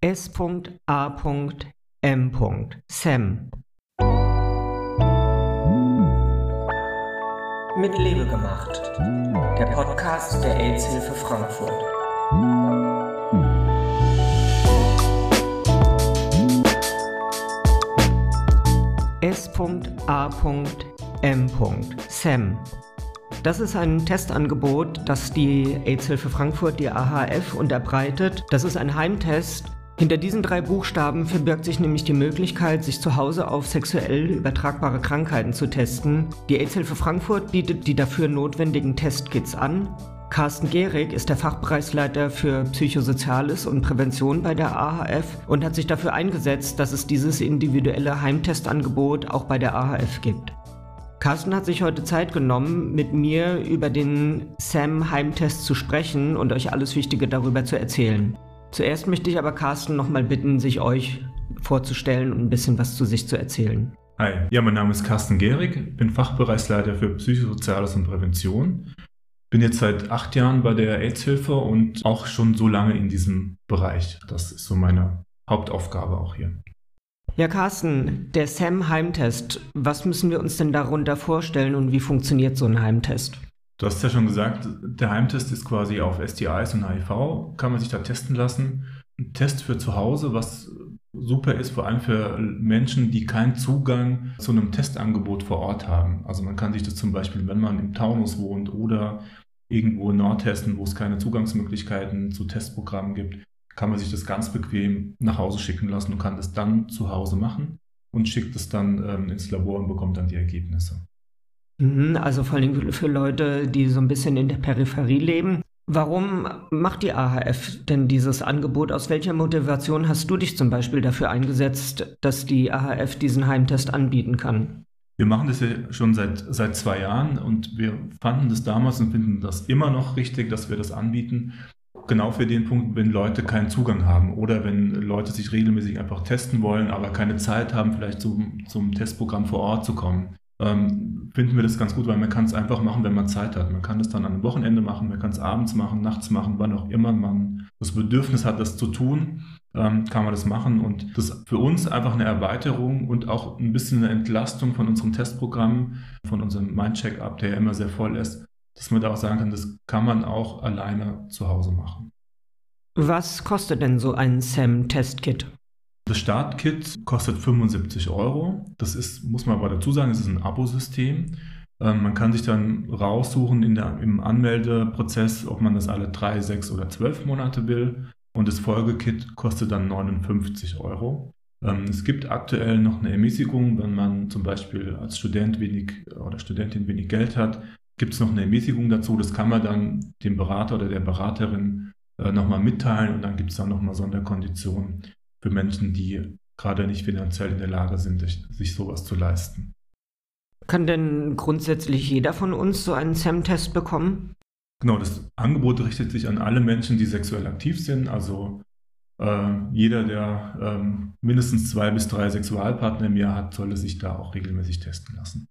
S.A.M. Sam. Mit Liebe gemacht. Der Podcast der AIDS-Hilfe Frankfurt. S.A.M. Sam. Das ist ein Testangebot, das die AIDS-Hilfe Frankfurt, die AHF, unterbreitet. Das ist ein Heimtest. Hinter diesen 3 Buchstaben verbirgt sich nämlich die Möglichkeit, sich zu Hause auf sexuell übertragbare Krankheiten zu testen. Die AIDS-Hilfe Frankfurt bietet die dafür notwendigen Testkits an. Carsten Gehrig ist der Fachbereichsleiter für Psychosoziales und Prävention bei der AHF und hat sich dafür eingesetzt, dass es dieses individuelle Heimtestangebot auch bei der AHF gibt. Carsten hat sich heute Zeit genommen, mit mir über den SAM-Heimtest zu sprechen und euch alles Wichtige darüber zu erzählen. Zuerst möchte ich aber Carsten nochmal bitten, sich euch vorzustellen und ein bisschen was zu sich zu erzählen. Hi, ja, mein Name ist Carsten Gehrig, bin Fachbereichsleiter für Psychosoziales und Prävention. Bin jetzt seit 8 Jahren bei der AIDS-Hilfe und auch schon so lange in diesem Bereich. Das ist so meine Hauptaufgabe auch hier. Ja, Carsten, der SAM-Heimtest, was müssen wir uns denn darunter vorstellen und wie funktioniert so ein Heimtest? Du hast ja schon gesagt, der Heimtest ist quasi auf STIs und HIV, kann man sich da testen lassen. Ein Test für zu Hause, was super ist, vor allem für Menschen, die keinen Zugang zu einem Testangebot vor Ort haben. Also man kann sich das zum Beispiel, wenn man im Taunus wohnt oder irgendwo in Nordhessen, wo es keine Zugangsmöglichkeiten zu Testprogrammen gibt, kann man sich das ganz bequem nach Hause schicken lassen und kann das dann zu Hause machen und schickt es dann ins Labor und bekommt dann die Ergebnisse. Also vor allem für Leute, die so ein bisschen in der Peripherie leben. Warum macht die AHF denn dieses Angebot? Aus welcher Motivation hast du dich zum Beispiel dafür eingesetzt, dass die AHF diesen Heimtest anbieten kann? Wir machen das ja schon seit 2 Jahren und wir fanden das damals und finden das immer noch richtig, dass wir das anbieten. Genau für den Punkt, wenn Leute keinen Zugang haben oder wenn Leute sich regelmäßig einfach testen wollen, aber keine Zeit haben, vielleicht zum Testprogramm vor Ort zu kommen. Finden wir das ganz gut, weil man kann es einfach machen, wenn man Zeit hat. Man kann es dann an einem Wochenende machen, man kann es abends machen, nachts machen, wann auch immer man das Bedürfnis hat, das zu tun, kann man das machen. Und das ist für uns einfach eine Erweiterung und auch ein bisschen eine Entlastung von unserem Testprogramm, von unserem Mind-Check-Up, der ja immer sehr voll ist, dass man da auch sagen kann, das kann man auch alleine zu Hause machen. Was kostet denn so ein SAM-Testkit? Das Startkit kostet 75 €. Das ist, muss man aber dazu sagen, es ist ein Abosystem. Man kann sich dann raussuchen im Anmeldeprozess, ob man das alle 3, 6 oder 12 Monate will. Und das Folgekit kostet dann 59 €. Es gibt aktuell noch eine Ermäßigung, wenn man zum Beispiel als Student oder Studentin wenig Geld hat, gibt es noch eine Ermäßigung dazu. Das kann man dann dem Berater oder der Beraterin nochmal mitteilen und dann gibt es dann nochmal Sonderkonditionen für Menschen, die gerade nicht finanziell in der Lage sind, sich sowas zu leisten. Kann denn grundsätzlich jeder von uns so einen SAM-Test bekommen? Genau, das Angebot richtet sich an alle Menschen, die sexuell aktiv sind. Also jeder, der mindestens 2 bis 3 Sexualpartner im Jahr hat, solle sich da auch regelmäßig testen lassen.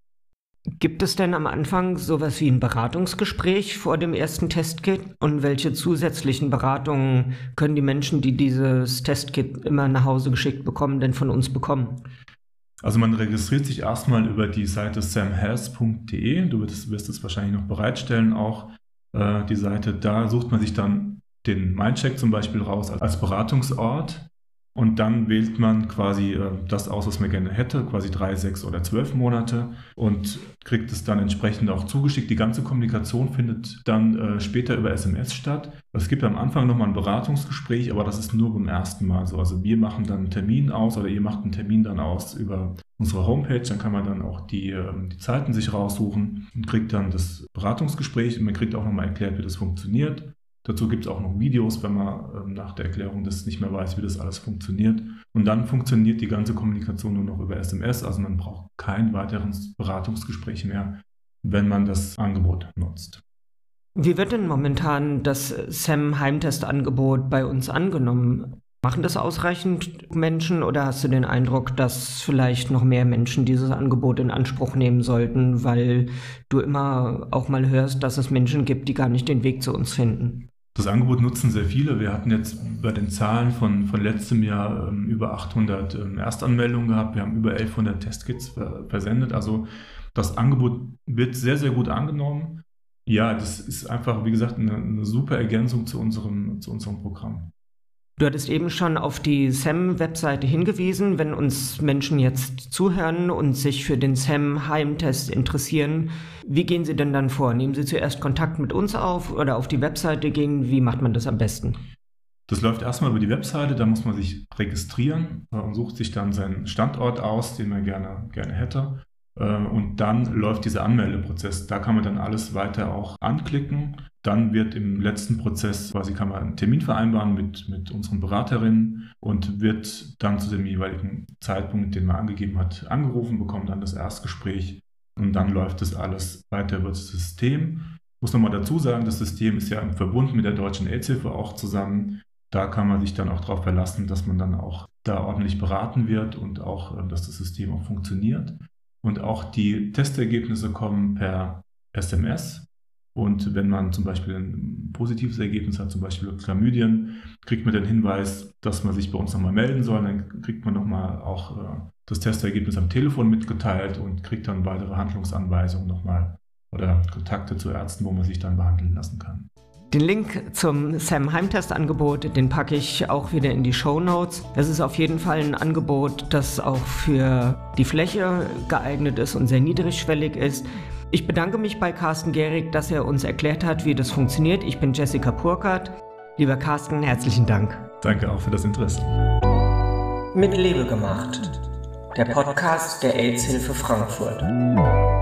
Gibt es denn am Anfang sowas wie ein Beratungsgespräch vor dem ersten Testkit? Und welche zusätzlichen Beratungen können die Menschen, die dieses Testkit immer nach Hause geschickt bekommen, denn von uns bekommen? Also man registriert sich erstmal über die Seite samhealth.de. Du wirst es wahrscheinlich noch bereitstellen, auch die Seite. Da sucht man sich dann den Mindcheck zum Beispiel raus als Beratungsort. Und dann wählt man quasi das aus, was man gerne hätte, quasi 3, 6 oder 12 Monate und kriegt es dann entsprechend auch zugeschickt. Die ganze Kommunikation findet dann später über SMS statt. Es gibt am Anfang nochmal ein Beratungsgespräch, aber das ist nur beim ersten Mal so. Also wir machen dann einen Termin aus oder ihr macht einen Termin dann aus über unsere Homepage. Dann kann man dann auch die Zeiten sich raussuchen und kriegt dann das Beratungsgespräch und man kriegt auch nochmal erklärt, wie das funktioniert. Dazu gibt es auch noch Videos, wenn man nach der Erklärung das nicht mehr weiß, wie das alles funktioniert. Und dann funktioniert die ganze Kommunikation nur noch über SMS. Also man braucht kein weiteres Beratungsgespräch mehr, wenn man das Angebot nutzt. Wie wird denn momentan das SAM-Heimtest-Angebot bei uns angenommen? Machen das ausreichend Menschen oder hast du den Eindruck, dass vielleicht noch mehr Menschen dieses Angebot in Anspruch nehmen sollten, weil du immer auch mal hörst, dass es Menschen gibt, die gar nicht den Weg zu uns finden? Das Angebot nutzen sehr viele. Wir hatten jetzt bei den Zahlen von letztem Jahr über 800 Erstanmeldungen gehabt. Wir haben über 1100 Testkits versendet. Also das Angebot wird sehr, sehr gut angenommen. Ja, das ist einfach, wie gesagt, eine super Ergänzung zu unserem Programm. Du hattest eben schon auf die SAM-Webseite hingewiesen. Wenn uns Menschen jetzt zuhören und sich für den SAM-Heimtest interessieren, wie gehen sie denn dann vor? Nehmen sie zuerst Kontakt mit uns auf oder auf die Webseite gehen? Wie macht man das am besten? Das läuft erstmal über die Webseite, da muss man sich registrieren und sucht sich dann seinen Standort aus, den man gerne hätte. Und dann läuft dieser Anmeldeprozess. Da kann man dann alles weiter auch anklicken. Dann wird im letzten Prozess kann man einen Termin vereinbaren mit unseren Beraterinnen und wird dann zu dem jeweiligen Zeitpunkt, den man angegeben hat, angerufen, bekommt dann das Erstgespräch und dann läuft das alles weiter über das System. Ich muss nochmal dazu sagen, das System ist ja im Verbund mit der Deutschen AIDS-Hilfe auch zusammen. Da kann man sich dann auch darauf verlassen, dass man dann auch da ordentlich beraten wird und auch, dass das System auch funktioniert. Und auch die Testergebnisse kommen per SMS. Und wenn man zum Beispiel ein positives Ergebnis hat, zum Beispiel Chlamydien, kriegt man den Hinweis, dass man sich bei uns nochmal melden soll. Dann kriegt man nochmal auch das Testergebnis am Telefon mitgeteilt und kriegt dann weitere Handlungsanweisungen nochmal oder Kontakte zu Ärzten, wo man sich dann behandeln lassen kann. Den Link zum SAM-Heimtest-Angebot, den packe ich auch wieder in die Shownotes. Es ist auf jeden Fall ein Angebot, das auch für die Fläche geeignet ist und sehr niedrigschwellig ist. Ich bedanke mich bei Carsten Gehrig, dass er uns erklärt hat, wie das funktioniert. Ich bin Jessica Purkert. Lieber Carsten, herzlichen Dank. Danke auch für das Interesse. Mit Liebe gemacht. Der Podcast der AIDS-Hilfe Frankfurt.